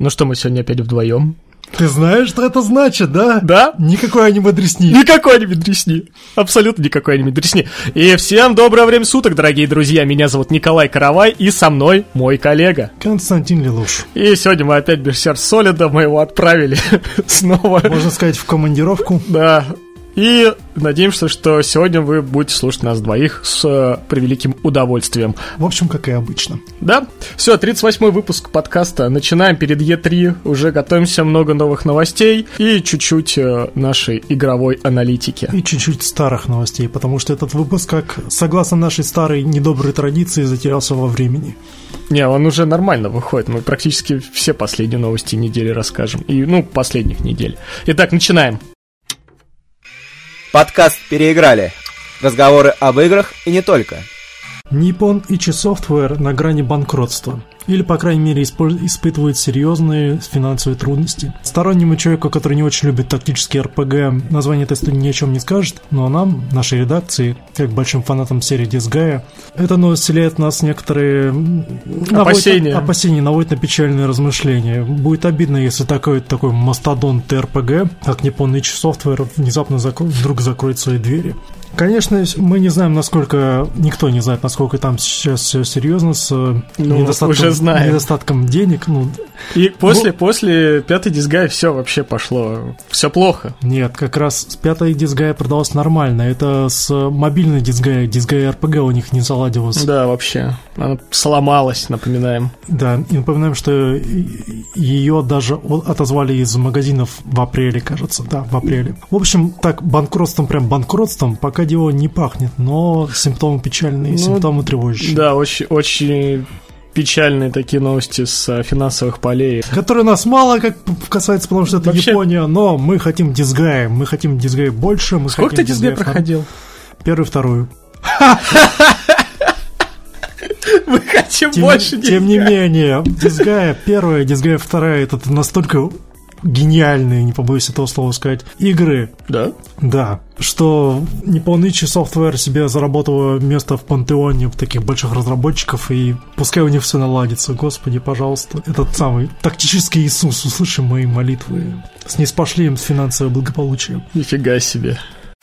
Ну что, мы сегодня опять вдвоем? Ты знаешь, что это значит, да? Да? Никакой аниме-дресни. Никакой аниме-дресни. Абсолютно никакой аниме-дресни. И всем доброе время суток, дорогие друзья. Меня зовут Николай Каравай, и со мной мой коллега Константин Лелуш. И сегодня мы опять без сердца Солида, мы его отправили снова. Можно сказать, в командировку. Да. И надеемся, что сегодня вы будете слушать нас двоих с превеликим удовольствием. В общем, как и обычно. Да. Все, 38-й выпуск подкаста. Начинаем перед Е3. Уже готовимся, много новых новостей и чуть-чуть нашей игровой аналитики. И чуть-чуть старых новостей, потому что этот выпуск, как согласно нашей старой недоброй традиции, затерялся во времени. Не, он уже нормально выходит. Мы практически все последние новости недели расскажем. И, последних недель. Итак, начинаем. Подкаст «Переиграли». Разговоры об играх и не только. Nippon Ichi Software на грани банкротства. Или, по крайней мере, испытывает серьезные финансовые трудности. Стороннему человеку, который не очень любит тактические РПГ, название этой студии ни о чем не скажет, но нам, нашей редакции, как большим фанатам серии Disgaea, эта новость вселяет в нас некоторые опасения, наводит на печальные размышления. Будет обидно, если такой мастодонт РПГ, как Nippon Ichi Software, внезапно вдруг закроет свои двери. Конечно, мы не знаем, никто не знает, насколько там сейчас все серьезно с недостатком денег. И после пятой Disgaea все вообще пошло, все плохо. Нет, как раз с пятой Disgaea продалось нормально. Это с мобильной Disgaea RPG у них не заладилось. Да, вообще. Она сломалась, напоминаем. Да, и напоминаем, что ее даже отозвали из магазинов в апреле, кажется. Да, в апреле. В общем, так, прям банкротством пока дело не пахнет, но симптомы печальные, симптомы тревожащие. Да, очень, очень печальные такие новости с финансовых полей. Которые нас мало как касается, потому что это вообще... Япония, но мы хотим Disgaea больше. Сколько ты Disgaea проходил? Первую, вторую. Мы хотим больше Disgaea. Тем не менее, Disgaea первая, Disgaea вторая, это настолько гениальные, не побоюсь этого слова сказать, игры. Да? Да. Что Nippon Ichi Software себе заработало место в пантеоне таких больших разработчиков, и пускай у них все наладится. Господи, пожалуйста. Этот самый тактический Иисус, услыши мои молитвы. Снизпошли им финансовое благополучие. Нифига себе.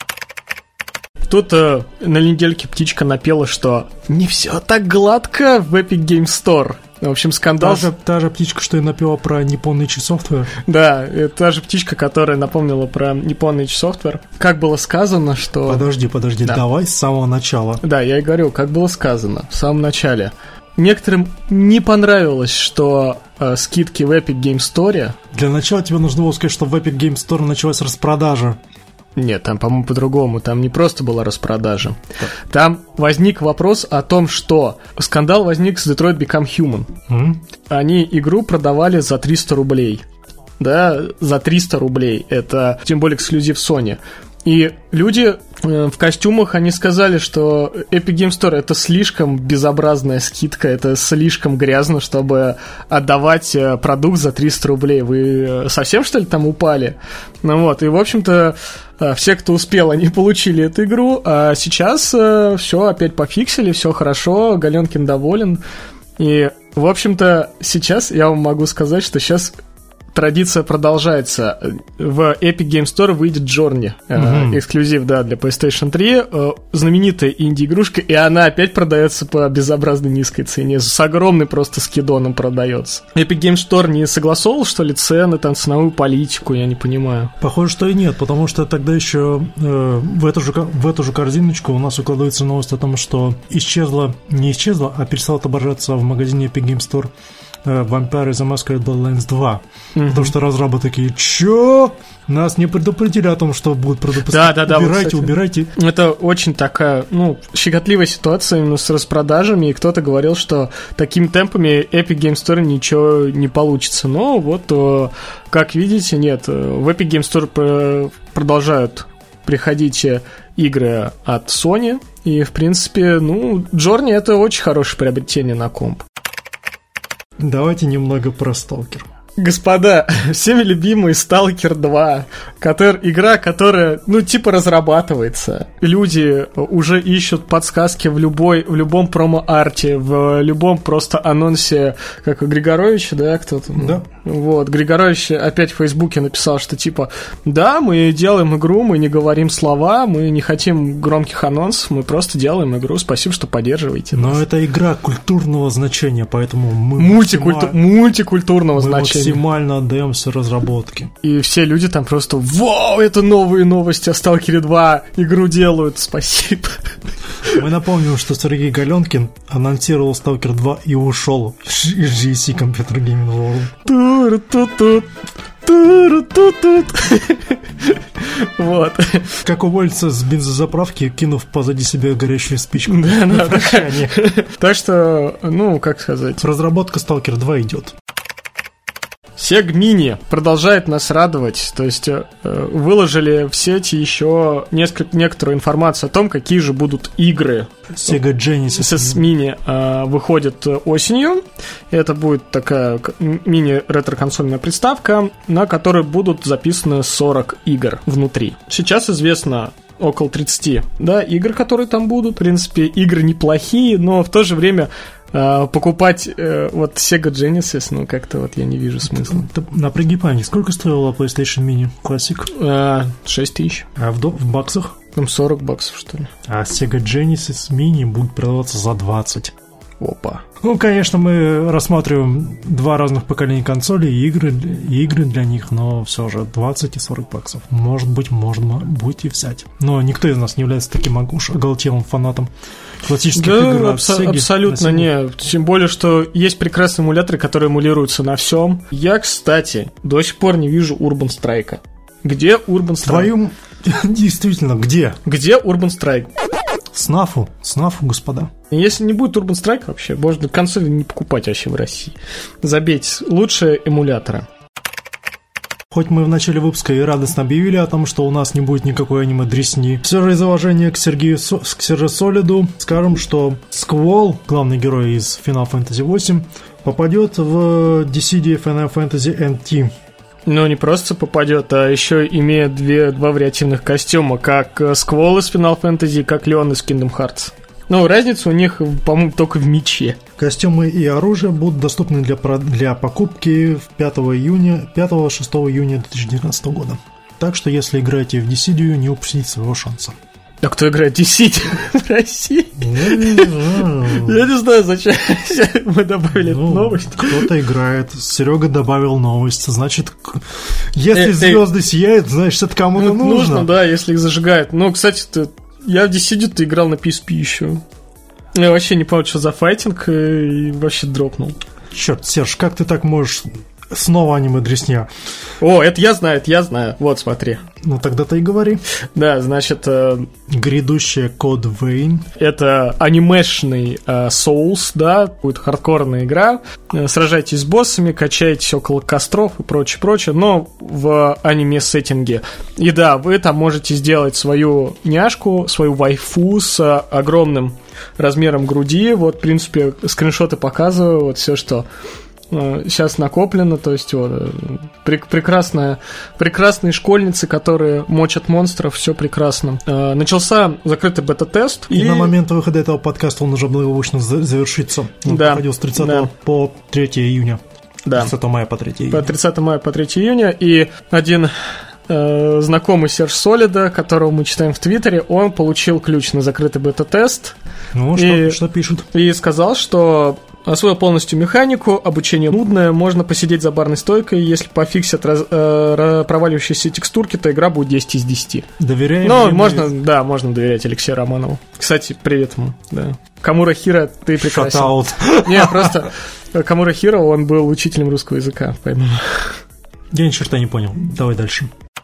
Тут на недельке птичка напела, что не все так гладко в Epic Games Store. В общем, скандал... Та же птичка, что и напела про Nippon Ichi Software. Да, та же птичка, которая напомнила про Nippon Ichi Software. Как было сказано, что... Подожди, да. Давай с самого начала. Да, я и говорю, как было сказано в самом начале. Некоторым не понравилось, что скидки в Epic Games Store... Для начала тебе нужно было сказать, что в Epic Games Store началась распродажа. Нет, там, по-моему, по-другому. Там не просто была распродажа. Там возник вопрос о том, что скандал возник с Detroit Become Human. Они игру продавали за 300 рублей. Да, за 300 рублей. Это, тем более, эксклюзив Sony. И люди в костюмах, они сказали, что Epic Games Store это слишком безобразная скидка, это слишком грязно, чтобы отдавать продукт за 300 рублей. Вы совсем, что ли, там упали? И, в общем-то, все, кто успел, они получили эту игру, а сейчас все опять пофиксили, все хорошо, Галенкин доволен. И, в общем-то, сейчас я вам могу сказать, что сейчас... Традиция продолжается. В Epic Games Store выйдет Journey, эксклюзив, да, для PlayStation 3, знаменитая инди-игрушка, и она опять продается по безобразно низкой цене, с огромным просто скидоном продается. Epic Games Store не согласовывал, что ли, цены, там, ценовую политику, я не понимаю. Похоже, что и нет, потому что тогда еще в эту же корзиночку у нас укладывается новость о том, что не исчезла, а перестала отображаться в магазине Epic Games Store Vampire the Masquerade Bloodlines 2. Потому что разрабы такие: чё? Нас не предупредили о том, что будут продукты. Да, убирайте. Это очень такая, щекотливая ситуация именно с распродажами, и кто-то говорил, что такими темпами Epic Games Store ничего не получится. Но как видите, нет. В Epic Games Store продолжают приходить игры от Sony, и, в принципе, Journey — это очень хорошее приобретение на комп. Давайте немного про Stalker. Господа, всеми любимый Stalker 2. Игра, которая, типа разрабатывается. Люди уже ищут подсказки в любом промо-арте, в любом просто анонсе, как у Григоровича, да, кто-то? Да. Вот, Григорович опять в Фейсбуке написал, что типа, да, мы делаем игру, мы не говорим слова, мы не хотим громких анонсов, мы просто делаем игру, спасибо, что поддерживаете нас. Но это игра культурного значения, поэтому мы мультикультурного значения. Максимально отдаемся разработке. И все люди там просто, вау, это новые новости о Сталкере 2, игру делают, спасибо. Мы напомним, что Сергей Галенкин анонсировал Сталкер 2 и ушел из GSC Computer Gaming World. Вот. Как уволиться с бензозаправки, кинув позади себя горящую спичку. Да. Так что, как сказать. Разработка Сталкер 2 идет. Sega Mini продолжает нас радовать, то есть выложили в сети еще некоторую информацию о том, какие же будут игры. Sega Genesis Mini выходит осенью. Это будет такая мини-ретро-консольная приставка, на которой будут записаны 40 игр внутри. Сейчас известно около 30 игр, которые там будут. В принципе, игры неплохие, но в то же время покупать Sega Genesis, как-то я не вижу смысла. Напряги память, сколько стоила PlayStation Mini Classic? 6 тысяч. А в баксах? Там $40, что ли. А Sega Genesis Mini будет продаваться за 20. Опа. Конечно, мы рассматриваем два разных поколения консолей и игры для них, но все же 20 и 40 баксов. Может быть, можно будет и взять. Но никто из нас не является таким оголтелым фанатом классических игр от Sega. Абсолютно нет. Тем более, что есть прекрасные эмуляторы, которые эмулируются на всем. Я, кстати, до сих пор не вижу Urban Strike. Где Urban Strike? Действительно, где? Где Urban Strike? Снафу, господа. Если не будет Urban Strike вообще, можно консоли не покупать вообще в России. Забейте, лучшие эмуляторы. Хоть мы в начале выпуска и радостно объявили о том, что у нас не будет никакой аниме-дресни, все же из уважения к Сергею Солиду скажем, что Сквол, главный герой из Final Fantasy VIII, попадет в Dissidia Final Fantasy NT. Не просто попадет, а еще имеет два вариативных костюма, как Сквол из Final Fantasy, как Леон из Kingdom Hearts. Разница у них, по-моему, только в мече. Костюмы и оружие будут доступны для покупки 5-6 июня 2019 года. Так что, если играете в Dissidia, не упустите своего шанса. А кто играет Dissidia в России? Я не знаю, зачем мы добавили эту новость. Кто-то играет. Серега добавил новость. Значит, если звезды сияют, значит, это кому-то нужно. Нужно, да, если их зажигают. Кстати, я в Dissidia играл на PSP еще. Я вообще не понял, что за файтинг, и вообще дропнул. Черт, Серж, как ты так можешь... Снова аниме-дресня. О, это я знаю. Вот, смотри. Тогда ты и говори. Да, значит... Грядущая Code Vein. Это анимешный Souls, да, будет хардкорная игра. Сражайтесь с боссами, качаетесь около костров и прочее, но в аниме-сеттинге. И да, вы там можете сделать свою няшку, свою вайфу с огромным размером груди. Вот, в принципе, скриншоты показываю, все, что... сейчас накоплено, то есть прекрасные школьницы, которые мочат монстров, все прекрасно. Начался закрытый бета-тест. И на момент выхода этого подкаста он уже благополучно завершится. Он проходил с 30 по 3 июня. Да. 30 мая по 3 июня. 30 мая по 3 июня. И один знакомый Серж Солида, которого мы читаем в Твиттере, он получил ключ на закрытый бета-тест. Что пишут? И сказал, что освоил полностью механику, обучение нудное, можно посидеть за барной стойкой, если пофиксят проваливающиеся текстурки, то игра будет 10 из 10. Доверяем? Можно доверять Алексею Романову. Кстати, привет ему, да. Камура Хиро, ты прекрасен. Шатаут. Не, просто Камура Хиро, он был учителем русского языка, поэтому... Я ни черта не понял. Давай дальше.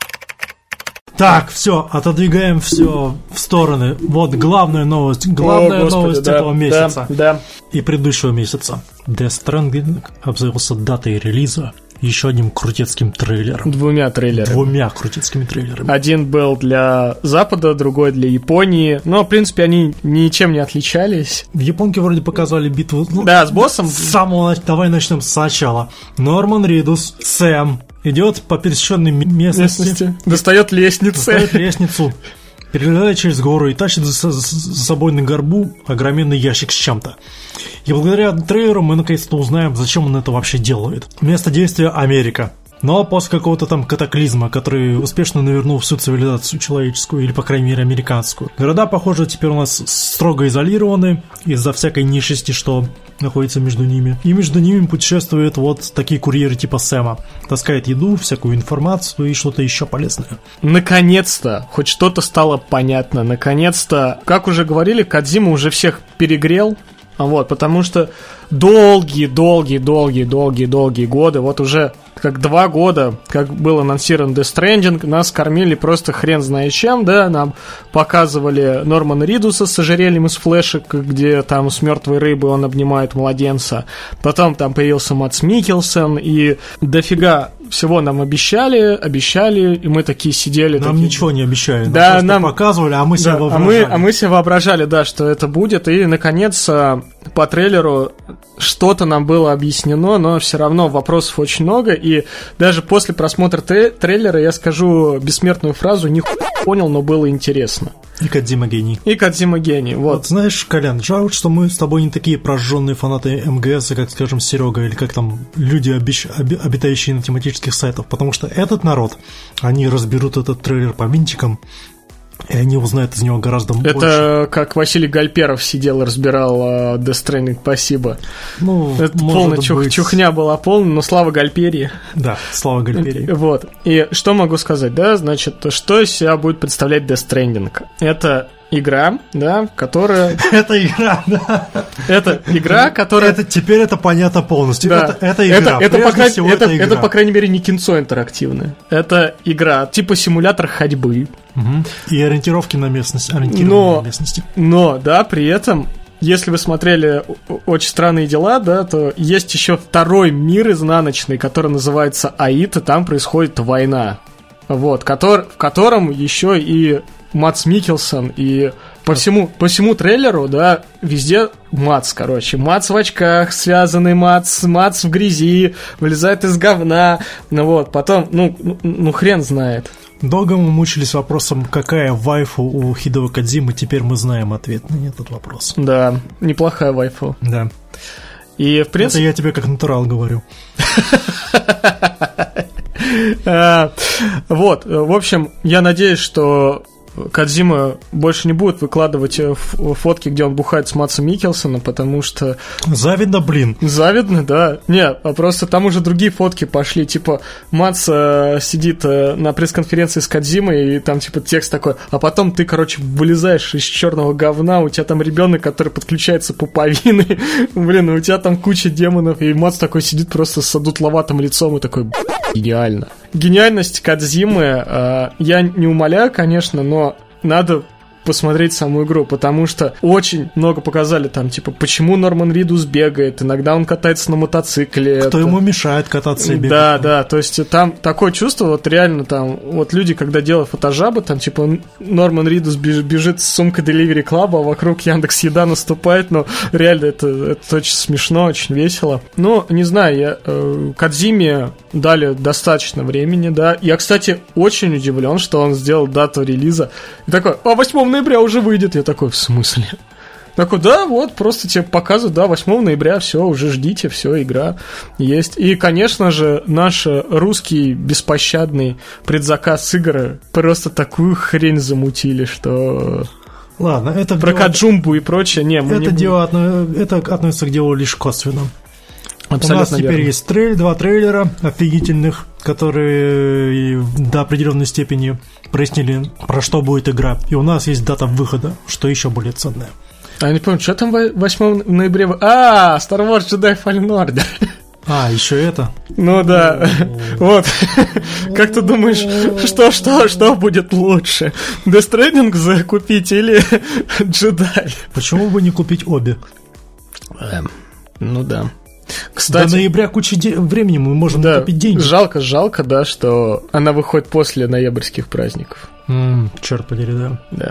Так, все, отодвигаем все в стороны. Вот главная новость этого месяца. Да. И предыдущего месяца. Death Stranding обзавелся датой релиза еще одним крутецким трейлером. Двумя крутецкими трейлерами. Один был для Запада, другой для Японии. Но, в принципе, они ничем не отличались. В Японке вроде показали битву... Да, с боссом. Давай начнем сначала. Норман Ридус, Сэм, идет по пересеченной местности. Достает лестницу. Перелетает через гору и тащит за собой на горбу огроменный ящик с чем-то. И благодаря трейлеру мы наконец-то узнаем, зачем он это вообще делает. Место действия — Америка. Но после какого-то там катаклизма, который успешно навернул всю цивилизацию человеческую, или, по крайней мере, американскую. Города, похоже, теперь у нас строго изолированы из-за всякой нищести, что находится между ними. И между ними путешествуют вот такие курьеры типа Сэма. Таскает еду, всякую информацию и что-то еще полезное. Наконец-то хоть что-то стало понятно. Наконец-то, как уже говорили, Кодзима уже всех перегрел. Вот, потому что долгие годы, вот уже как 2 года, как был анонсирован Death Stranding, нас кормили просто хрен знает чем, да, нам показывали Нормана Ридуса с ожерельем из флешек, где там с мертвой рыбой он обнимает младенца, потом там появился Мадс Миккелсен, и дофига всего нам обещали, и мы такие сидели. Нам ничего не обещали, да, нам показывали, а мы себе воображали. А мы себе воображали, да, что это будет, и, наконец, по трейлеру что-то нам было объяснено, но все равно вопросов очень много, и даже после просмотра трейлера я скажу бессмертную фразу: не понял, но было интересно. И Кодзима гений. Вот. Знаешь, Колян, жалко, что мы с тобой не такие прожженные фанаты МГС, как, скажем, Серега, или как там люди, обитающие на тематических сайтах, потому что этот народ, они разберут этот трейлер по винтикам, и они узнают из него гораздо больше. Это как Василий Гальперов сидел и разбирал Death Stranding, спасибо. Это полная чухня была полная, но слава Гальперии. Да, слава Гальперии. Вот. И что могу сказать, да, значит, что из себя будет представлять Death Stranding? Это игра, да, которая... Это игра, да. Это игра, которая... Теперь это понятно полностью. Да. Это игра. Это, по крайней мере, не кинцо интерактивное. Это игра типа симулятор ходьбы. Угу. И ориентировки на местность. Но, да, при этом... Если вы смотрели «Очень странные дела», да, то есть еще второй мир изнаночный, который называется Аид, и там происходит война. Вот, в котором еще и Мадс Миккелсен, и по всему трейлеру, да, везде Мадс, короче. Мадс в очках, связанный Мадс в грязи, вылезает из говна, вот, потом, хрен знает. Долго мы мучились вопросом, какая вайфу у Хидео Кодзимы, теперь мы знаем ответ на этот вопрос. Да, неплохая вайфу. Да. И, в принципе... Это я тебе как натурал говорю. Вот, в общем, я надеюсь, что Кодзима больше не будет выкладывать фотки, где он бухает с Мадсом Миккелсеном, потому что... Завидно, блин. Завидно, да. Нет, а просто там уже другие фотки пошли, типа Мадс сидит на пресс-конференции с Кодзимой, и там типа текст такой: а потом ты, короче, вылезаешь из черного говна, у тебя там ребенок, который подключается пуповиной, блин, у тебя там куча демонов, и Мадс такой сидит просто с одутловатым лицом и такой: гениально. Гениальность Кодзимы я не умаляю, конечно, но надо посмотреть саму игру, потому что очень много показали там, типа, почему Норман Ридус бегает, иногда он катается на мотоцикле. Кто ему мешает кататься и бегать. Да, то есть там такое чувство, вот реально там, вот люди, когда делают фотожабы, там, типа, Норман Ридус бежит с сумкой Delivery Club, а вокруг Яндекс.Еда наступает, но реально это очень смешно, очень весело. Ну, не знаю, Кодзиме дали достаточно времени, да. Я, кстати, очень удивлен, что он сделал дату релиза. И такой: 8 ноября уже выйдет. Я такой: в смысле? Такой: да, вот, просто тебе показывают, да, 8 ноября, все, уже ждите, все, игра есть. И, конечно же, наш русский беспощадный предзаказ игры просто такую хрень замутили, что... Ладно, это про Каджумбу и прочее, это относится к делу лишь косвенно. Абсолютно у нас теперь верно. есть 2 трейлера офигительных, которые до определенной степени прояснили, про что будет игра. И у нас есть дата выхода, что еще более ценное. А я не помню, что там 8 ноября... Star Wars Jedi Fallen Order. Еще это? Ну да, вот. Как ты думаешь, что будет лучше? Death Stranding закупить или Jedi? Почему бы не купить обе? Ну да. Кстати, до ноября куча времени мы можем накопить деньги. Жалко, да, что она выходит после ноябрьских праздников. Черт подери, да. Да.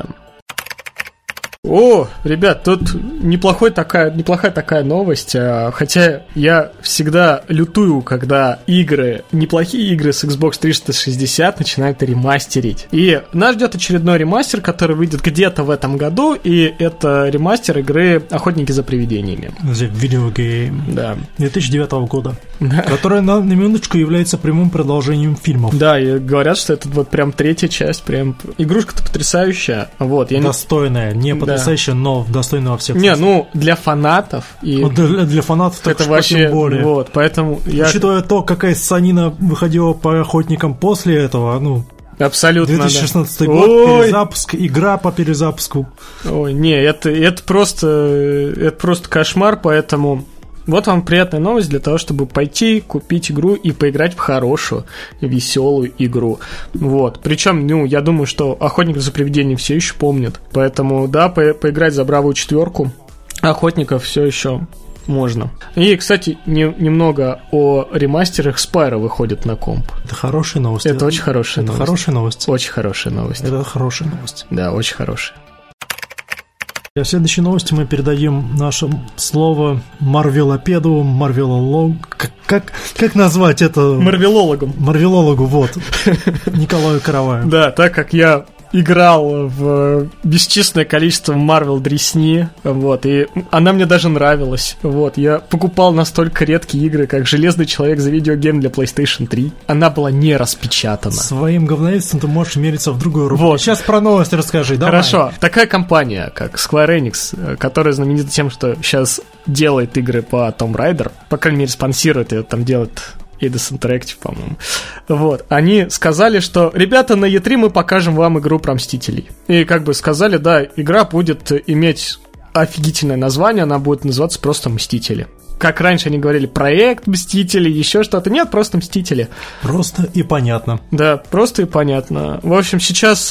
О, ребят, тут неплохая такая новость, хотя я всегда лютую, когда неплохие игры с Xbox 360 начинают ремастерить. И нас ждет очередной ремастер, который выйдет где-то в этом году, и это ремастер игры «Охотники за привидениями». Видеогейм. Да. 2009 года. Да. Которая на минуточку является прямым продолжением фильмов. Да, и говорят, что это вот прям третья часть, прям игрушка-то потрясающая. Вот, достойная, не потрясающая, но достойная во всех. Для фанатов. И вот для фанатов это вообще, более. Вот, поэтому учитывая то, какая ссанина выходила по охотникам после этого, абсолютно. 2016 год, перезапуск, игра по перезапуску. Ой, не, это просто кошмар, поэтому вот вам приятная новость для того, чтобы пойти, купить игру и поиграть в хорошую, веселую игру. Вот. Причем, я думаю, что Охотников за привидениями все еще помнят. Поэтому, да, поиграть за бравую 4 Охотников все еще можно. И, кстати, немного о ремастерах. Spyro выходит на комп. Это хорошая новость. Это очень хорошая новость. Это хорошая новость. Очень хорошая новость. Это хорошая новость. Да, очень хорошая. В следующей новости мы передадим наше слово марвелопеду, как назвать это? Марвелологу, вот. Николаю Караваю. Да, так как я играл в бесчисленное количество Marvel дресни, вот, и она мне даже нравилась, вот, я покупал настолько редкие игры, как «Железный человек» за видеогейм для PlayStation 3, она была не распечатана. Своим говноведством ты можешь мериться в другую руку. Вот. Сейчас про новости расскажи, давай. Хорошо, такая компания, как Square Enix, которая знаменита тем, что сейчас делает игры по Tomb Raider, по крайней мере, спонсирует ее, там делает Eidos Interactive, по-моему. Вот. Они сказали, что, ребята, на E3 мы покажем вам игру про Мстителей. И как бы сказали, да, игра будет иметь офигительное название, она будет называться просто «Мстители». Как раньше они говорили, проект Мстители, еще что-то. Нет, просто Мстители. Просто и понятно. Да, просто и понятно. В общем, сейчас,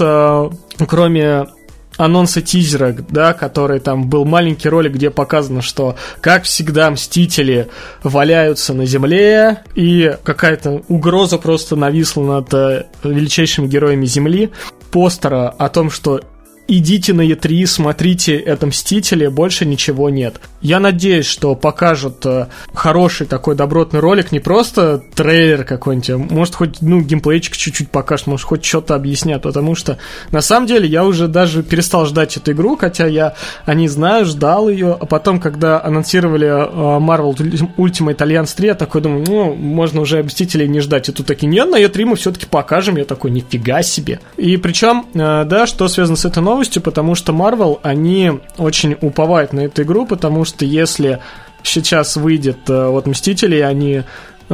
кроме анонса тизера, да, который там был маленький ролик, где показано, что, как всегда, Мстители валяются на земле, и какая-то угроза просто нависла над величайшими героями Земли. Постера о том, что идите на E3, смотрите, это Мстители, больше ничего нет. Я надеюсь, что покажут хороший такой добротный ролик, не просто трейлер какой-нибудь, может, хоть, геймплейчик чуть-чуть покажут, может, хоть что-то объяснят, потому что, на самом деле, я уже даже перестал ждать эту игру, хотя я не знаю, ждал ее, а потом, когда анонсировали Marvel Ultimate Alliance 3, я такой думаю, можно уже Мстителей не ждать, и тут такие, нет, на E3 мы все-таки покажем, я такой, нифига себе. И причем, да, что связано с этой новостью, потому что Marvel, они очень уповают на эту игру, потому что если сейчас выйдет вот Мстители, они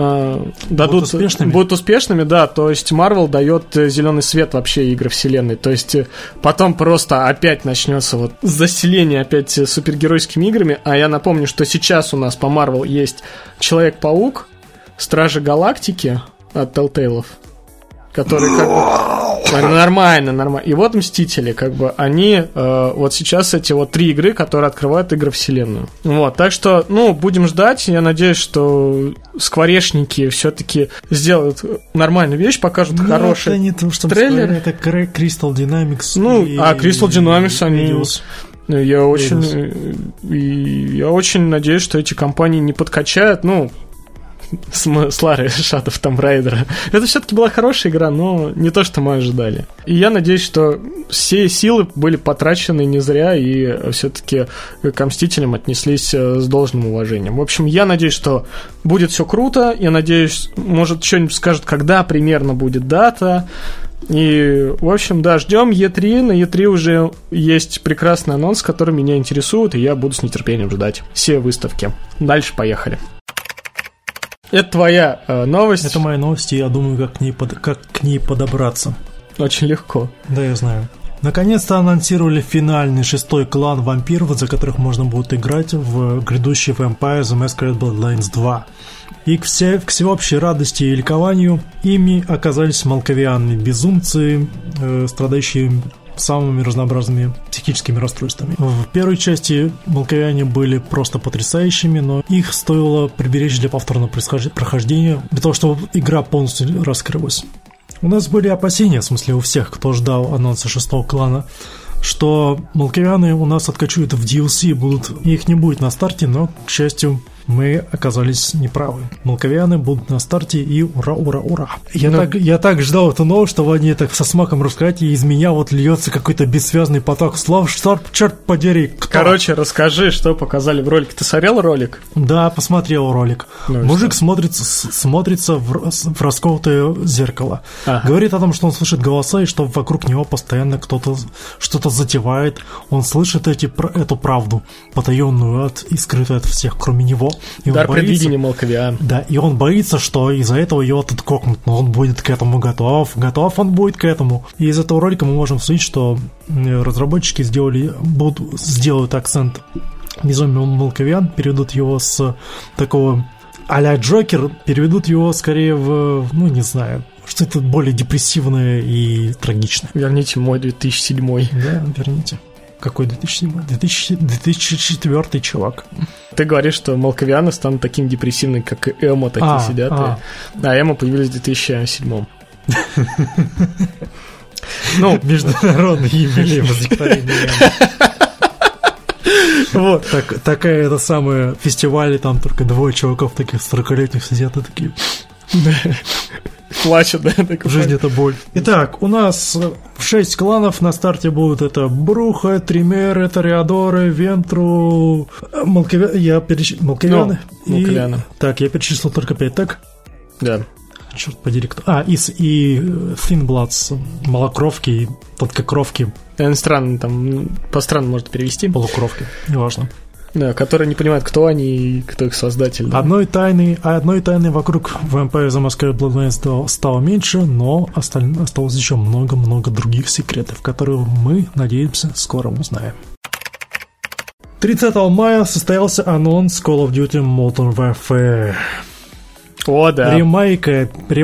будут успешными, да, то есть Marvel дает зеленый свет вообще игры вселенной, то есть потом просто опять начнется вот заселение опять супергеройскими играми, а я напомню, что сейчас у нас по Marvel есть Человек-паук, Стражи Галактики от Telltale, которые как бы нормально. И вот Мстители, как бы они вот сейчас эти вот 3 игры, которые открывают игровселенную. Вот, так что, будем ждать. Я надеюсь, что скворечники все-таки сделают нормальную вещь, покажут хороший это не то, что трейлер. Это Crystal Dynamics. Crystal Dynamics они. Я очень надеюсь, что эти компании не подкачают, с Ларой Shadow of Tomb Raider. Это все-таки была хорошая игра, но не то, что мы ожидали. И я надеюсь, что все силы были потрачены не зря, и все-таки к Мстителям отнеслись с должным уважением. В общем, я надеюсь, что будет все круто. Я надеюсь, может, что-нибудь скажут, когда примерно будет дата. И, в общем, да, ждем E3. На E3 уже есть прекрасный анонс, который меня интересует, и я буду с нетерпением ждать все выставки. Дальше поехали. Это твоя новость. Это моя новость, и я думаю, как к ней подобраться. Очень легко. Да, я знаю. Наконец-то анонсировали финальный 6-й клан вампиров, за которых можно будет играть в грядущий Vampire The Masquerade Bloodlines 2. И к всеобщей радости и ликованию ими оказались малковианные безумцы, страдающие самыми разнообразными психическими расстройствами. В первой части молковяне были просто потрясающими, но их стоило приберечь для повторного прохождения, для того, чтобы игра полностью раскрылась. У нас были опасения, в смысле у всех, кто ждал анонса 6-го клана, что молковяне у нас откачуют в DLC, их не будет на старте, но, к счастью, мы оказались неправы. Молковяне будут на старте, и ура, ура, ура. Я так ждал эту новость, что они так со смаком рассказать, и из меня вот льется какой-то бессвязный поток слов, что, черт подери, кто? Короче, расскажи, что показали в ролике. Ты смотрел ролик? Да, посмотрел ролик. Мужик смотрится в расколотое зеркало. Ага. Говорит о том, что он слышит голоса, и что вокруг него постоянно кто-то что-то затевает. Он слышит эту правду, потаенную и скрытую от всех, кроме него. Дар предвидения молковян. Да, и он боится, что из-за этого его тут кокнут, но он будет к этому готов он будет к этому. И из этого ролика мы можем судить, что разработчики сделают акцент безумия молковян, переведут его с такого а-ля Джокер, переведут его скорее в, не знаю, что-то более депрессивное и трагичное. Верните мой 2007. Да, верните. Какой 2007? 2004 чувак. Ты говоришь, что молковяны станут таким депрессивным, как и эмо такие сидят. А эмо появились в 2007. Международный юбилей возникновения эмо. Вот. Такая это самая фестиваль, там только двое чуваков таких 40-летних сидят и такие... Плачет, да? Жизнь — это боль. Итак, у нас 6 кланов на старте будут. Это Бруха, Тримеры, Тореадоры, Вентру, Молковяны. Молковяны. Так, я перечислил только 5, так? Да. Черт подери, кто... И Thinbloods, малокровки и плоткокровки. Странно, там по-странному можно перевести. Полукровки, неважно. Да, которые не понимают, кто они и кто их создатель. Да. Одной тайны вокруг Vampire the Masquerade Bloodlines стало меньше, но осталось еще много-много других секретов, которые мы, надеемся, скоро узнаем. 30 мая состоялся анонс Call of Duty Modern Warfare. О, да. Ремейка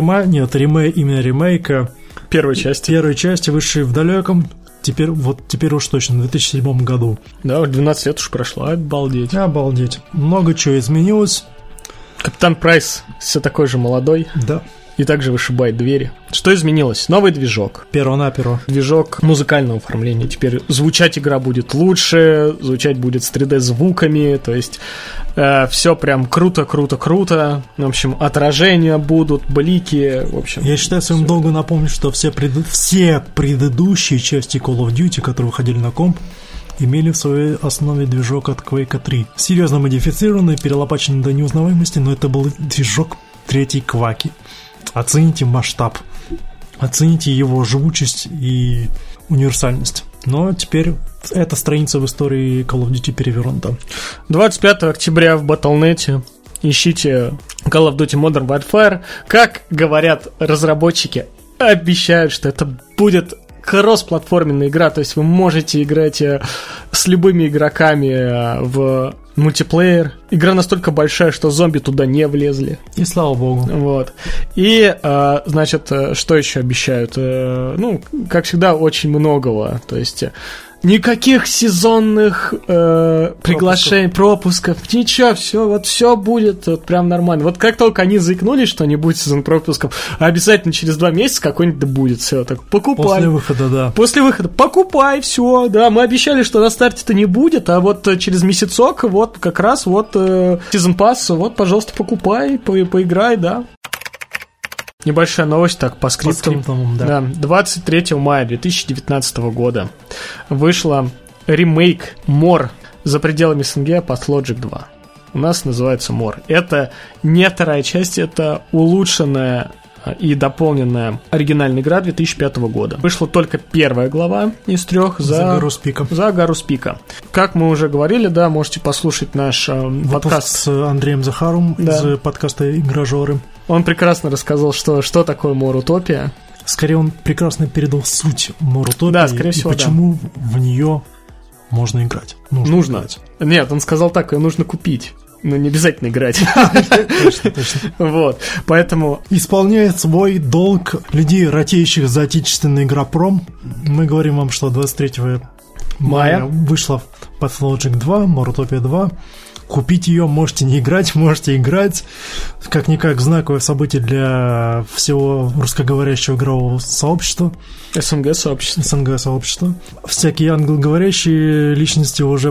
первой части, вышедшей в далеком. Теперь уж точно, в 2007 году. Да, 12 лет уж прошло, обалдеть. Обалдеть. Много чего изменилось. Капитан Прайс все такой же молодой. Да. И также вышибает двери. Что изменилось? Новый движок. Перво-наперво. Движок музыкального оформления. Теперь звучать игра будет лучше, звучать будет с 3D-звуками, то есть все прям круто. В общем, отражения будут, блики, в общем. Я считаю своим долгом напомнить, что все предыдущие части Call of Duty, которые выходили на комп, имели в своей основе движок от Quake 3. Серьезно модифицированный, перелопаченный до неузнаваемости, но это был движок третьей Кваки. Оцените масштаб, оцените его живучесть и универсальность. Но теперь эта страница в истории Call of Duty перевернута. 25 октября в Battle.net ищите Call of Duty Modern Warfare. Как говорят разработчики, обещают, что это будет кросс-платформенная игра, то есть вы можете играть с любыми игроками в мультиплеер. Игра настолько большая, что зомби туда не влезли. И слава богу. Вот. И, значит, что еще обещают? Как всегда, очень многого. То есть никаких сезонных приглашений, пропусков, ничего, все будет прям нормально. Вот как только они заикнулись, что не будет сезон пропусков, обязательно через 2 месяца какой-нибудь да будет. Все, так покупай. После выхода, да. После выхода покупай, все, да. Мы обещали, что на старте-то не будет, а вот через месяцок, вот как раз сезон пасс, вот, пожалуйста, покупай, поиграй, да. Небольшая новость, так, по скриптам. Да. 23 мая 2019 года вышла ремейк More за пределами СНГ Path Logic 2. У нас называется More. Это не вторая часть, это улучшенная и дополненная оригинальная игра 2005 года. Вышла только первая глава из 3 за гору Спика. Как мы уже говорили, да, можете послушать наш подкаст с Андреем Захаром из подкаста «Игражоры». Он прекрасно рассказал, что такое More Utopia. Скорее, он прекрасно передал суть More Utopia, да, скорее всего, и почему в нее можно играть. Нужно. Нет, он сказал так, ее нужно купить. Ну, не обязательно играть. Точно. Вот, поэтому... Исполняет свой долг людей, ратеющих за отечественный игропром. Мы говорим вам, что 23 мая вышла Pathologic 2, Mortopia 2. Купить ее можете не играть, можете играть. Как-никак знаковое событие для всего русскоговорящего игрового сообщества. СНГ-сообщество. Всякие англоговорящие личности уже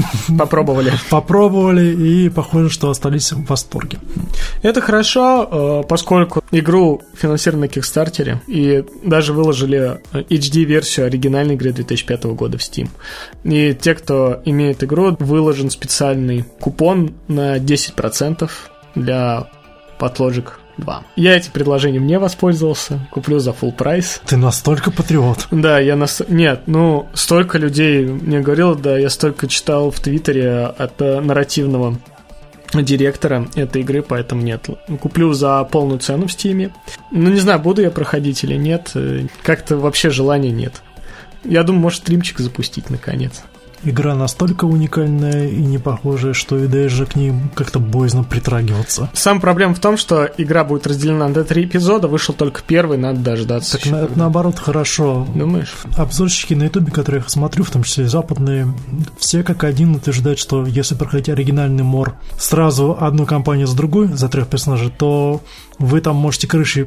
попробовали и похоже, что остались в восторге. Это хорошо, поскольку игру финансировали на Кикстартере и даже выложили HD-версию оригинальной игры 2005 года в Steam. И те, кто имеет игру, выложен специальный купон на 10% для Pathologic 2. Я этим предложением не воспользовался, куплю за full прайс. Ты настолько патриот? Да, Нет, столько людей мне говорило, да, я столько читал в Твиттере от нарративного директора этой игры, поэтому нет. Куплю за полную цену в Стиме. Не знаю, буду я проходить или нет, как-то вообще желания нет. Я думаю, может, стримчик запустить наконец. Игра настолько уникальная и не похожая, что и даже к ней как-то боязно притрагиваться. Самая проблема в том, что игра будет разделена на 3 эпизода, вышел только первый, надо дождаться. Так наоборот, хорошо. Думаешь? Обзорщики на ютубе, которые я смотрю, в том числе и западные, все как один утверждают, что если проходить оригинальный мор сразу одну кампанию с другой, за 3 персонажей, то вы там можете крышей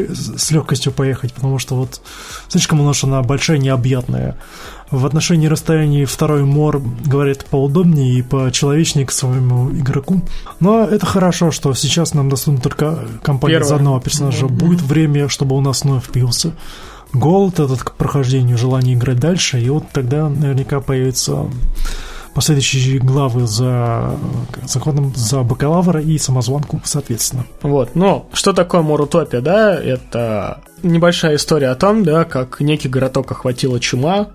с легкостью поехать, потому что вот слишком уж она большая, необъятная. В отношении расстояний второй мор говорит поудобнее и почеловечнее к своему игроку. Но это хорошо, что сейчас нам доступна только кампания за одного персонажа. Будет время, чтобы у нас вновь впился голод этот к прохождению, желание играть дальше, и вот тогда наверняка появятся последующие главы за законом за бакалавра и самозванку, соответственно. Вот, но что такое Mortopia, да? Это небольшая история о том, да, как некий городок охватила чума,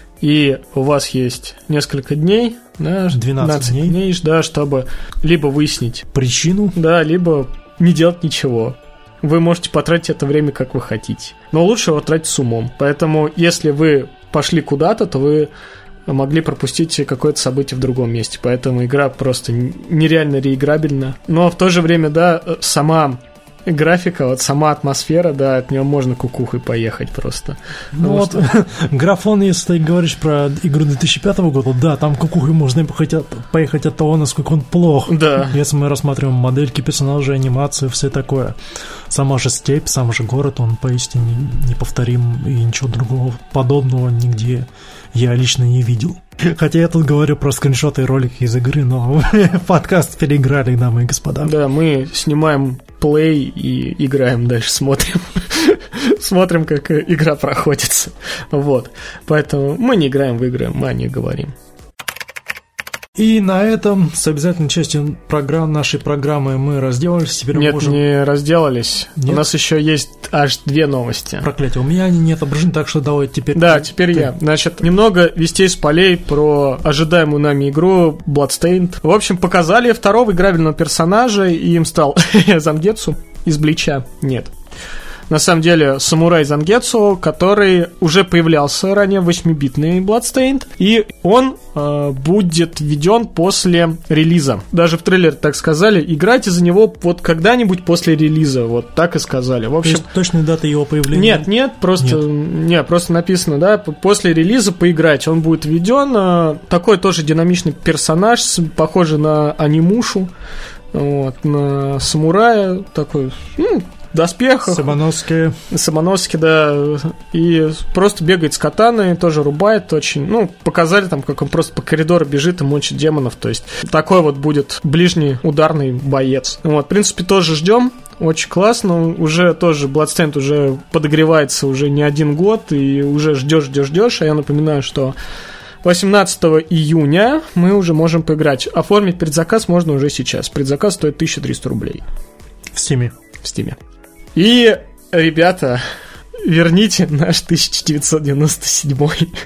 и у вас есть несколько дней, да, 12 дней, да, чтобы либо выяснить причину, да, либо не делать ничего. Вы можете потратить это время, как вы хотите. Но лучше его тратить с умом. Поэтому, если вы пошли куда-то, то вы могли пропустить какое-то событие в другом месте. Поэтому игра просто нереально реиграбельна. Но в то же время, да, сама графика, вот сама атмосфера, да, от нее можно кукухой поехать просто. Ну вот, графон, если ты говоришь про игру 2005 года, да, там кукухой можно поехать от того, насколько он плох. Да. Если мы рассматриваем модельки персонажей, анимацию, все такое. Сама же степь, сам же город, он поистине неповторим, и ничего другого подобного нигде я лично не видел. Хотя я тут говорю про скриншоты и ролики из игры, но подкаст переиграли, дамы и господа. Да, мы снимаем плей и играем дальше, смотрим. Смотрим, как игра проходится. Вот. Поэтому мы не играем в игры, мы о них говорим. И на этом с обязательной частью нашей программы мы разделались. Теперь Нет, мы можем... не разделались. Нет? У нас еще есть аж 2 новости. Проклятие, у меня они не отображены, так что давай теперь... Да, теперь я. Значит, немного вестей с полей про ожидаемую нами игру Bloodstained. В общем, показали второго играбельного персонажа, и им стал Зангетсу из Блича. Нет. На самом деле, самурай Зангетсу, который уже появлялся ранее в 8-битной Bloodstained, и он будет введен после релиза. Даже в трейлере так сказали, играйте за него вот когда-нибудь после релиза, вот так и сказали. В общем, то есть точной даты его появления? Нет, просто написано, да, после релиза поиграть. Он будет введен, такой тоже динамичный персонаж, похожий на анимушу, вот, на самурая, такой, доспехах. Самоноски, да. И просто бегает с катаной, тоже рубает очень. Показали там, как он просто по коридору бежит и мочит демонов. То есть такой вот будет ближний ударный боец. Вот, в принципе, тоже ждем. Очень классно. Уже тоже Bloodstained уже подогревается уже не 1 год. И уже ждешь. А я напоминаю, что 18 июня мы уже можем поиграть. Оформить предзаказ можно уже сейчас. Предзаказ стоит 1300 рублей. В Steam. И, ребята, верните наш 1997.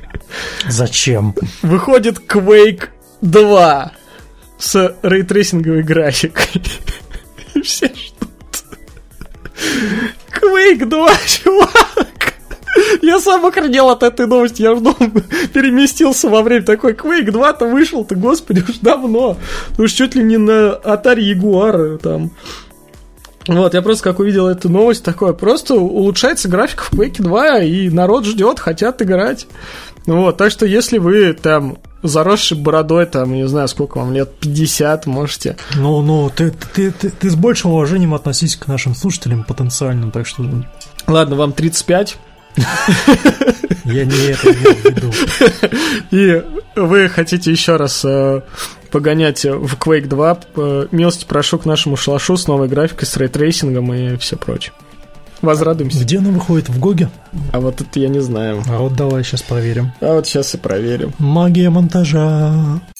Зачем? Выходит Quake 2 с рейтрейсинговой графикой. Все ждут. Quake 2, чувак! Я Я сам охренел от этой новости, я жду, переместился во время такой, Quake 2-то вышел-то, господи, уж давно. Уж чуть ли не на Atari Jaguar там. Вот, я просто как увидел эту новость, такое, просто улучшается графика в Quake 2, и народ ждет, хотят играть. Вот, так что если вы там заросший бородой, там, не знаю, сколько вам лет, 50, можете. Ну, ты с большим уважением относись к нашим слушателям потенциальным, так что... Ладно, вам 35. Я не это имел в виду. И вы хотите еще раз погонять в Quake 2, милости прошу к нашему шалашу с новой графикой, с рейтрейсингом и все прочее. Возрадуемся. Где она выходит? В Гоге? А вот это я не знаю. А вот давай сейчас проверим. А вот сейчас и проверим. Магия монтажа.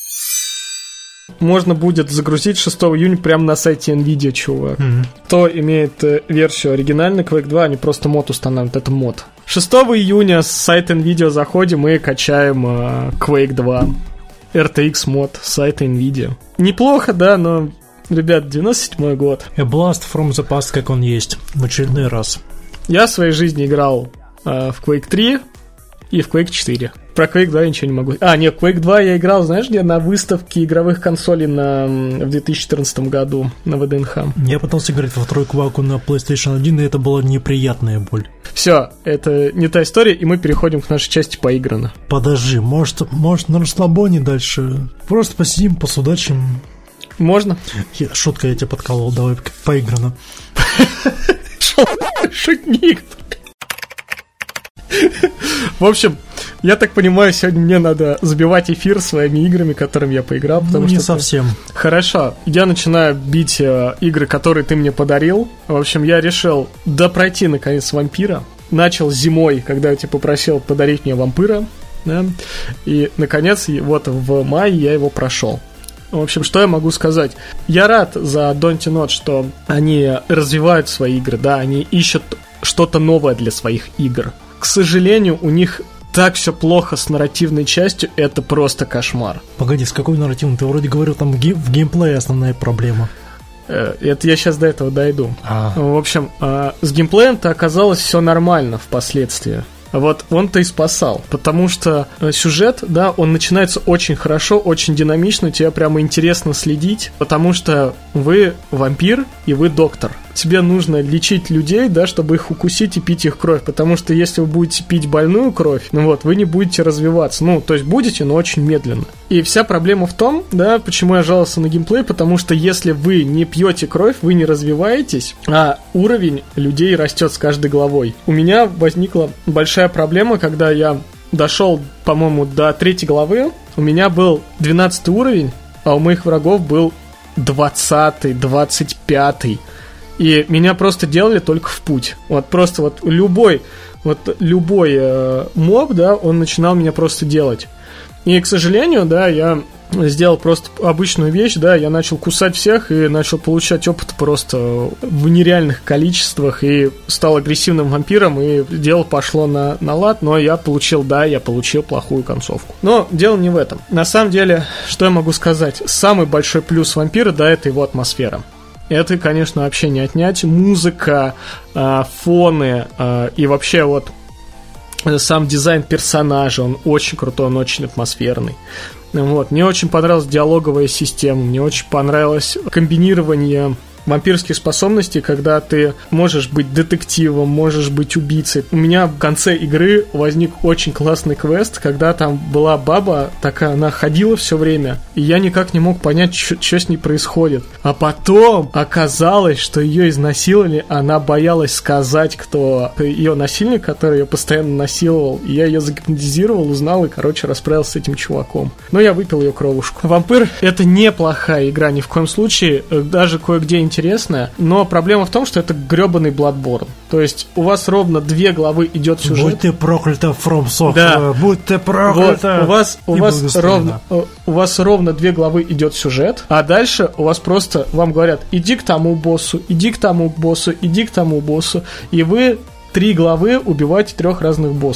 Можно будет загрузить 6 июня прямо на сайте NVIDIA, чувак. Кто имеет версию оригинальной Quake 2, они просто мод устанавливают. Это мод. 6 июня с сайта NVIDIA заходим и качаем Quake 2. RTX мод с сайта NVIDIA. Неплохо, да, но, ребят, 97-й год. A blast from the past, как он есть. В очередной раз. Я в своей жизни играл в Quake 3 и в Quake 4. Про Quake 2 я ничего не могу. Нет, Quake 2 я играл, знаешь, где? На выставке игровых консолей в 2014 году на ВДНХ. Я пытался играть во второй Quake на PlayStation 1, и это была неприятная боль. Все, это не та история, и мы переходим к нашей части поиграно. Подожди, может на расслабоне дальше? Просто посидим, посудачим. Можно? Шутка, я тебя подколол, давай поиграно. Шутник. В общем, я так понимаю, сегодня мне надо забивать эфир своими играми, которыми я поиграл. Потому не совсем. Хорошо, я начинаю бить игры, которые ты мне подарил. В общем, я решил допройти, наконец, вампира. Начал зимой, когда я тебя попросил подарить мне вампира. Да? И, наконец, вот в мае я его прошел. В общем, что я могу сказать? Я рад за Don't Not, что они развивают свои игры, да, они ищут что-то новое для своих игр. К сожалению, у них так все плохо с нарративной частью, это просто кошмар. Погоди, с какой нарративной? Ты вроде говорил, там в геймплее основная проблема. Это я сейчас до этого дойду. В общем, с геймплеем-то оказалось все нормально впоследствии. Вот он-то и спасал, потому что сюжет, да, он начинается очень хорошо, очень динамично, тебе прямо интересно следить, потому что вы вампир и вы доктор. Тебе нужно лечить людей, да, чтобы их укусить и пить их кровь, потому что если вы будете пить больную кровь, вы не будете развиваться, то есть будете, но очень медленно. И вся проблема в том, да, почему я жаловался на геймплей, потому что если вы не пьете кровь, вы не развиваетесь, а уровень людей растет с каждой главой. У меня возникла большая проблема, когда я дошел, по-моему, до 3 главы, у меня был 12 уровень, а у моих врагов был 20-й, 25-й. И меня просто делали только в путь. Вот просто вот любой моб, да, он начинал меня просто делать. И, к сожалению, да, я сделал просто обычную вещь, да, я начал кусать всех и начал получать опыт просто в нереальных количествах и стал агрессивным вампиром, и дело пошло на лад, но я получил плохую концовку. Но дело не в этом. На самом деле, что я могу сказать? Самый большой плюс вампира, да, это его атмосфера. Это, конечно, вообще не отнять. Музыка, фоны и вообще вот сам дизайн персонажа, он очень крутой, он очень атмосферный. Вот. Мне очень понравилась диалоговая система, мне очень понравилось комбинирование вампирских способностей, когда ты можешь быть детективом, можешь быть убийцей. У меня в конце игры возник очень классный квест, когда там была баба, такая, она ходила все время, и я никак не мог понять, что с ней происходит. А потом оказалось, что ее изнасиловали, она боялась сказать, кто ее насильник, который ее постоянно насиловал, и я ее загипнотизировал, узнал и, расправился с этим чуваком. Но я выпил ее кровушку. Вампир — это неплохая игра, ни в коем случае, даже кое-где интересная, но проблема в том, что это гребаный Bloodborne. То есть у вас ровно 2 главы идет сюжет. Будь ты проклята, From Software, да. Будь ты проклята. Вот, у вас ровно 2 главы идет сюжет, а дальше у вас просто вам говорят: иди к тому боссу, иди к тому боссу, иди к тому боссу, и вы 3 главы убиваете 3 разных боссов.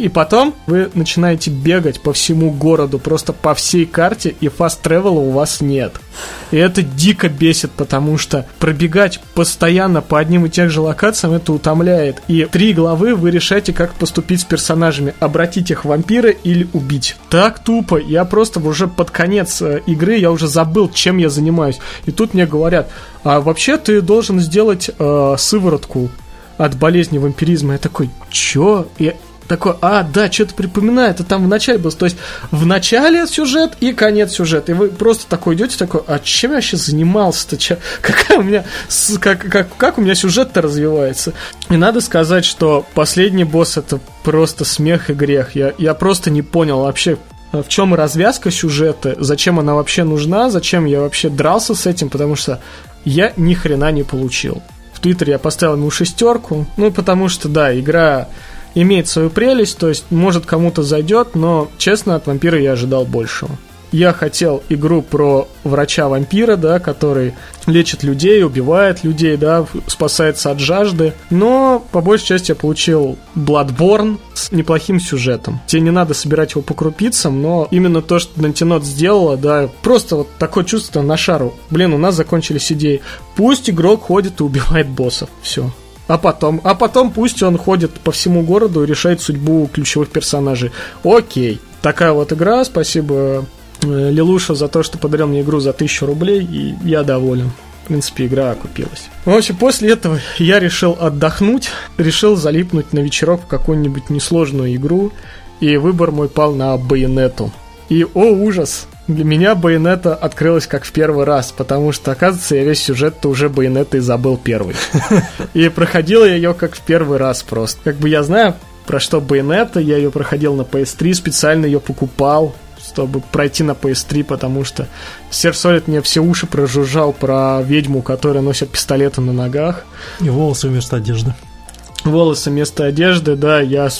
И потом вы начинаете бегать по всему городу, просто по всей карте, и фаст-тревела у вас нет. И это дико бесит, потому что пробегать постоянно по одним и тех же локациям, это утомляет. И 3 главы вы решаете, как поступить с персонажами. Обратить их в вампира или убить. Так тупо. Я просто уже под конец игры, я уже забыл, чем я занимаюсь. И тут мне говорят, а вообще ты должен сделать сыворотку от болезни вампиризма. Я такой, чё? Я такой, да, что-то припоминаю, это там в начале было. То есть в начале сюжет и конец сюжета. И вы просто такой идете, такой, а чем я вообще занимался-то? Какая у меня, как у меня сюжет-то развивается? И надо сказать, что последний босс — это просто смех и грех. Я просто не понял вообще, в чем развязка сюжета, зачем она вообще нужна, зачем я вообще дрался с этим, потому что я ни хрена не получил. В Твиттере я поставил ему 6, потому что, да, игра имеет свою прелесть, то есть, может, кому-то зайдет, но, честно, от вампира я ожидал большего. Я хотел игру про врача-вампира, да, который лечит людей, убивает людей, да, спасается от жажды, но, по большей части, я получил Bloodborne с неплохим сюжетом. Тебе не надо собирать его по крупицам, но именно то, что Naughty Dog сделала, да, просто вот такое чувство на шару. Блин, у нас закончились идеи. Пусть игрок ходит и убивает боссов, все. А потом пусть он ходит по всему городу и решает судьбу ключевых персонажей. Окей. Такая вот игра. Спасибо Лилуша за то, что подарил мне игру за 1000 рублей, и я доволен. В принципе, игра окупилась. В общем, после этого я решил отдохнуть, решил залипнуть на вечерок в какую-нибудь несложную игру, и выбор мой пал на Bayonetta. И, о ужас, для меня Bayonetta открылась как в первый раз, потому что, оказывается, я весь сюжет-то уже Bayonetta и забыл первый. И проходил я ее как в первый раз просто. Как бы я знаю, про что Bayonetta, я ее проходил на PS3, специально ее покупал, чтобы пройти на PS3, потому что Серж Солид мне все уши прожужжал про ведьму, которая носит пистолеты на ногах. И волосы вместо одежды. Волосы вместо одежды, да,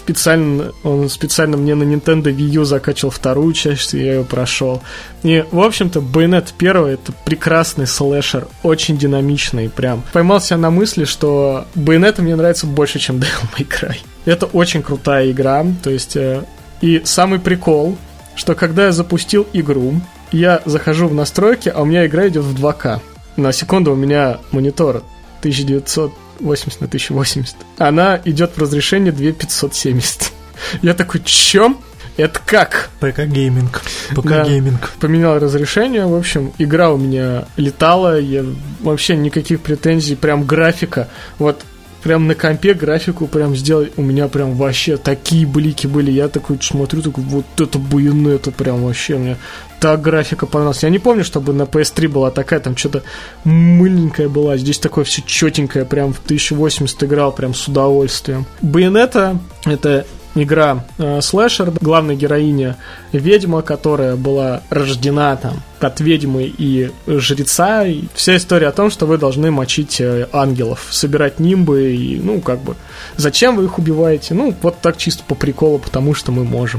он специально мне на Nintendo Wii U закачал 2-ю часть, и я ее прошел. И, в общем-то, Bayonetta 1 — это прекрасный слэшер, очень динамичный, прям. Поймал себя на мысли, что Bayonetta мне нравится больше, чем Devil May Cry. Это очень крутая игра, то есть, и самый прикол, что когда я запустил игру, я захожу в настройки, а у меня игра идет в 2К. На секунду у меня монитор 1980 на 1080. Она идет в разрешении 2570. Я такой, чё? Это как? ПК-гейминг. ПК-гейминг. Поменял разрешение, в общем, игра у меня летала, я вообще никаких претензий, прям графика, вот прям на компе графику прям сделать, у меня прям вообще такие блики были, я такой смотрю, такой, вот это Bayonetta, прям вообще мне так графика понравилась. Я не помню, чтобы на PS3 была такая, там что-то мыльненькая была, здесь такое все четенькое, прям в 1080 играл, прям с удовольствием. Bayonetta — это игра слэшер, главная героиня ведьма, которая была рождена там от ведьмы и жреца, и вся история о том, что вы должны мочить ангелов, собирать нимбы, и, ну, как бы, зачем вы их убиваете? Ну, вот так чисто по приколу, потому что мы можем.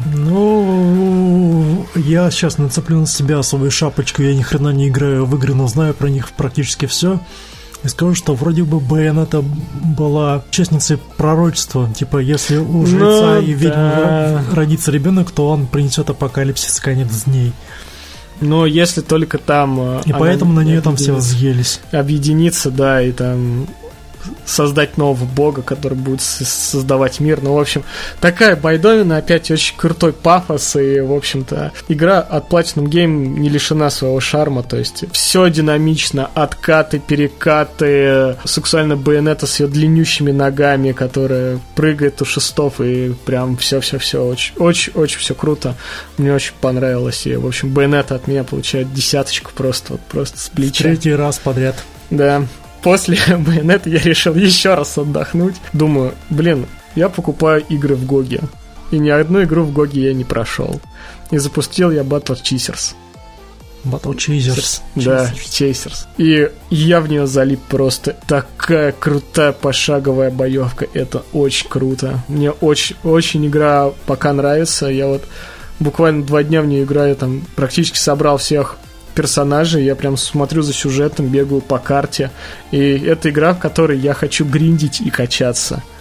Ну, я сейчас нацеплю на себя особую шапочку, я ни хрена не играю в игры, но знаю про них практически все. И скажу, что вроде бы Bayonetta была участницей пророчества. Типа, если у жреца и ведьмы родится ребенок, то он принесет апокалипсис, конец дней. Но если только там... И поэтому на нее там все взъелись. Объединиться, да, и там создать нового бога, который будет создавать мир. Ну, в общем, такая байдовина, опять очень крутой пафос, и, в общем-то, игра от Platinum Game не лишена своего шарма, то есть все динамично, откаты, перекаты, сексуально Bayonetta с ее длиннющими ногами, которая прыгает у шестов, и прям все-все-все очень все круто. Мне очень понравилось, и, в общем, Bayonetta от меня получает 10 просто с плеча. 3-й раз подряд. Да. После Bayonetta я решил еще раз отдохнуть. Думаю, я покупаю игры в Гоге. И ни одну игру в Гоге я не прошел. И запустил я Battle Chasers. Battle Chasers. Да, Chasers. И я в нее залип просто. Такая крутая пошаговая боевка. Это очень круто. Мне очень игра пока нравится. Я вот буквально 2 дня в нее играю. Там практически собрал всех персонажей, я прям смотрю за сюжетом, бегаю по карте, и это игра, в которой я хочу гриндить и качаться.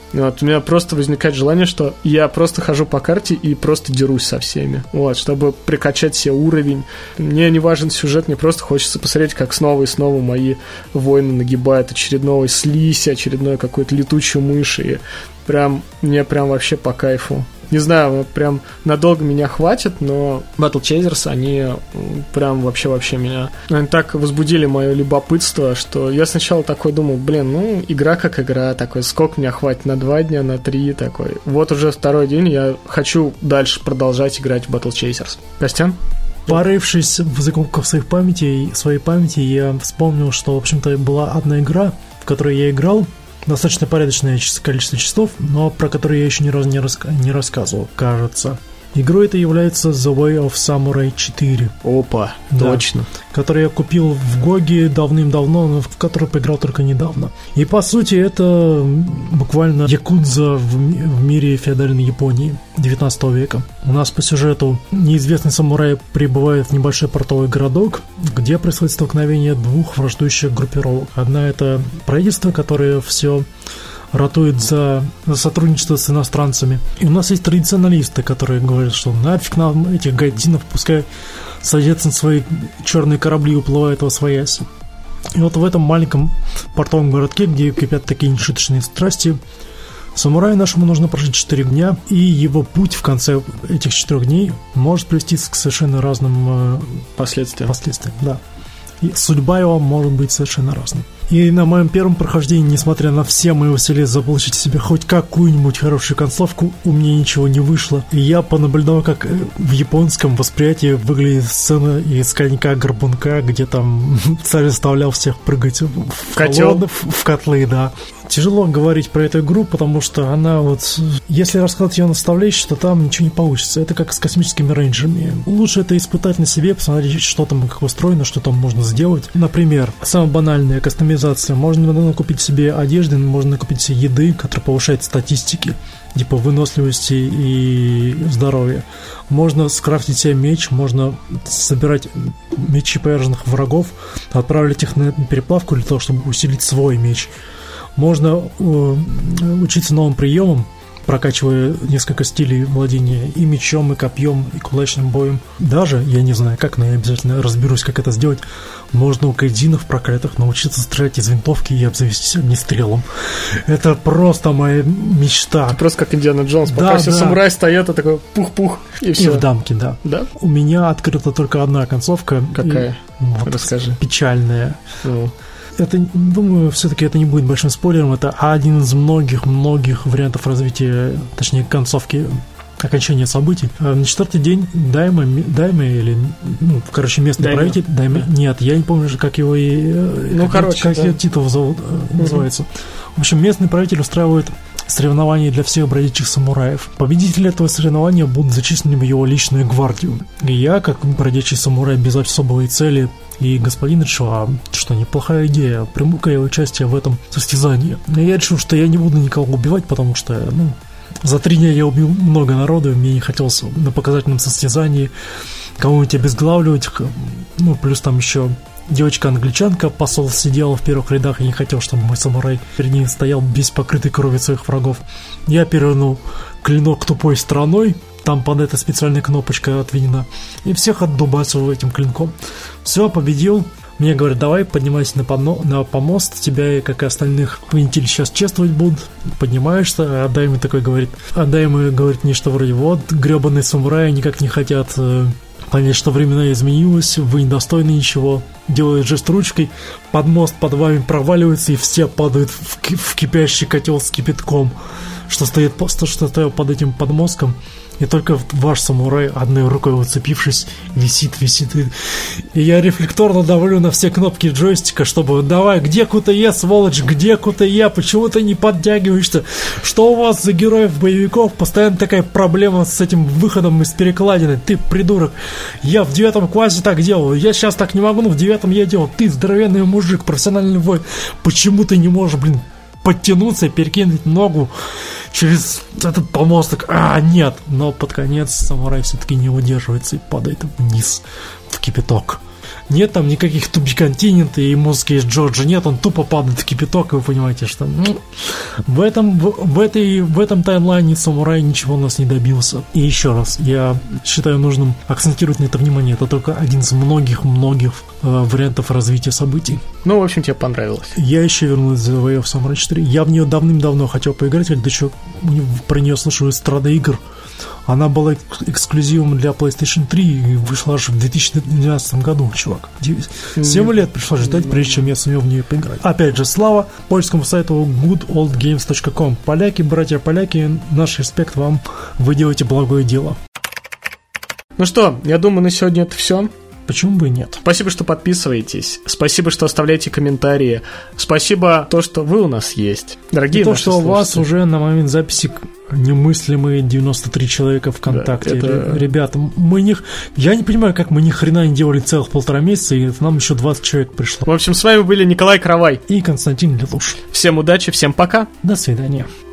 Вот, у меня просто возникает желание, что я просто хожу по карте и просто дерусь со всеми, вот, чтобы прокачать себе уровень. Мне не важен сюжет, мне просто хочется посмотреть, как снова и снова мои воины нагибают очередного слизи, очередной какой-то летучую мышь, и мне прям вообще по кайфу. Не знаю, прям надолго меня хватит, но Battle Chasers, они прям вообще меня... Они так возбудили мое любопытство, что я сначала такой думал, игра как игра, такой, сколько меня хватит, на 2 дня, на 3, такой. Вот уже второй день, я хочу дальше продолжать играть в Battle Chasers. Костян? Порывшись в закупках своей памяти, я вспомнил, что, в общем-то, была одна игра, в которой я играл, достаточно порядочное количество часов, но про которую я еще ни разу не рассказывал, кажется. Игрой это является The Way of Samurai 4. Опа, да, точно. Который я купил в Гоге давным-давно, но в который поиграл только недавно. И по сути это буквально якудза в мире феодальной Японии 19 века. У нас по сюжету неизвестный самурай прибывает в небольшой портовый городок, где происходит столкновение двух враждующих группировок. Одна это правительство, которое все ратует за сотрудничество с иностранцами. И у нас есть традиционалисты, которые говорят, что нафиг нам этих гадинов, пускай садятся на свои черные корабли и уплывают во свояси. И вот в этом маленьком портовом городке, где кипят такие нешуточные страсти, самураю нашему нужно прожить 4 дня, и его путь в конце этих 4 дней может привести к совершенно разным последствиям. Да. И судьба его может быть совершенно разной. И на моем первом прохождении, несмотря на все мои усилия заполучить себе хоть какую-нибудь хорошую концовку, у меня ничего не вышло. И я понаблюдал, как в японском восприятии выглядит сцена из конька-горбунка, где там царь заставлял всех прыгать в котлы, да. Тяжело говорить про эту игру, потому что она вот... Если рассказать ее наставляющей, то там ничего не получится. Это как с космическими рейнджерами. Лучше это испытать на себе, посмотреть, что там, как устроено, что там можно сделать. Например, самая банальная кастомизация. Можно накупить себе одежды, можно накупить себе еды, которая повышает статистики, типа выносливости и здоровья. Можно скрафтить себе меч, можно собирать мечи поверженных врагов, отправить их на переплавку для того, чтобы усилить свой меч. Можно учиться новым приемам, прокачивая несколько стилей владения и мечом, и копьем, и кулачным боем. Даже, я не знаю как, но я обязательно разберусь, как это сделать, можно у кайдзинов проклятых научиться стрелять из винтовки и обзавестись огнестрелом. Это просто моя мечта. Это просто как Индиана Джонс. Пока все самураи стоят, а такой пух-пух, и все. И в дамке, да. У меня открыта только одна концовка. Какая? Расскажи. Печальная. Это, думаю, все-таки это не будет большим спойлером. Это один из многих вариантов развития, точнее, концовки, окончания событий. На 4-й день Дайме или, местный правитель. Дайме. Нет, я не помню, как его как титул называется. В общем, местный правитель устраивает соревнования для всех бродячих самураев. Победители этого соревнования будут зачислены в его личную гвардию. И я, как бродячий самурай без особой цели, и господин решил, что неплохая идея, приму-ка я участие в этом состязании. И я решил, что я не буду никого убивать, потому что, за 3 дня я убил много народу, мне не хотелось на показательном состязании кого-нибудь обезглавливать, плюс там еще девочка-англичанка, посол сидела в первых рядах и не хотел, чтобы мой самурай перед ней стоял весь покрытый кровью своих врагов. Я перевернул клинок тупой стороной, там под этой специальная кнопочка отведена, и всех отдубасил этим клинком. Все, победил. Мне говорят, давай поднимайся на помост, тебя, как и остальных винтили, сейчас чествовать будут. Поднимаешься, а Дайме такой говорит, мне, что вроде, вот, гребаные самураи никак не хотят понять, что времена изменилось, вы недостойны ничего. Делает жест ручкой, подмост под вами проваливается, и все падают в кипящий котел с кипятком, что стоит под этим подмостком. И только ваш самурай, одной рукой уцепившись, висит. И я рефлекторно давлю на все кнопки джойстика, чтобы давай, где КТЕ, сволочь, где КТЕ, почему ты не подтягиваешься? Что у вас за героев-боевиков? Постоянно такая проблема с этим выходом из перекладины. Ты придурок. Я в 9 классе так делал. Я сейчас так не могу, но в 9 я делал. Ты здоровенный мужик, профессиональный воин. Почему ты не можешь, подтянуться и перекинуть ногу через этот помосток? Нет. Но под конец самурай все-таки не удерживается и падает вниз в кипяток. Нет там никаких To Be Continued и музыки из Джорджа, нет, он тупо падает в кипяток, и вы понимаете, что в этом таймлайне самурай ничего у нас не добился. И еще раз, я считаю нужным акцентировать на это внимание, это только один из многих-многих вариантов развития событий. Ну, в общем, тебе понравилось. Я еще вернулась в The Way of Samurai 4. Я в нее давным-давно хотел поиграть, когда еще про нее слышал из страды игр. Она была эксклюзивом для PlayStation 3 и вышла аж в 2012 году, чувак. 7 лет пришлось ждать, прежде чем я сумел в нее поиграть. Опять же, слава польскому сайту goodoldgames.com. Поляки, братья поляки, наш респект вам, вы делаете благое дело. Ну что, я думаю, на сегодня это все. Почему бы и нет? Спасибо, что подписываетесь. Спасибо, что оставляете комментарии. Спасибо, то, что вы у нас есть. Дорогие наши слушатели. То, что у вас уже на момент записи немыслимые 93 человека ВКонтакте. Да, это... Ребята, я не понимаю, как мы ни хрена не делали целых 1,5 месяца, и нам еще 20 человек пришло. В общем, с вами были Николай Кровай и Константин Лелуш. Всем удачи, всем пока. До свидания.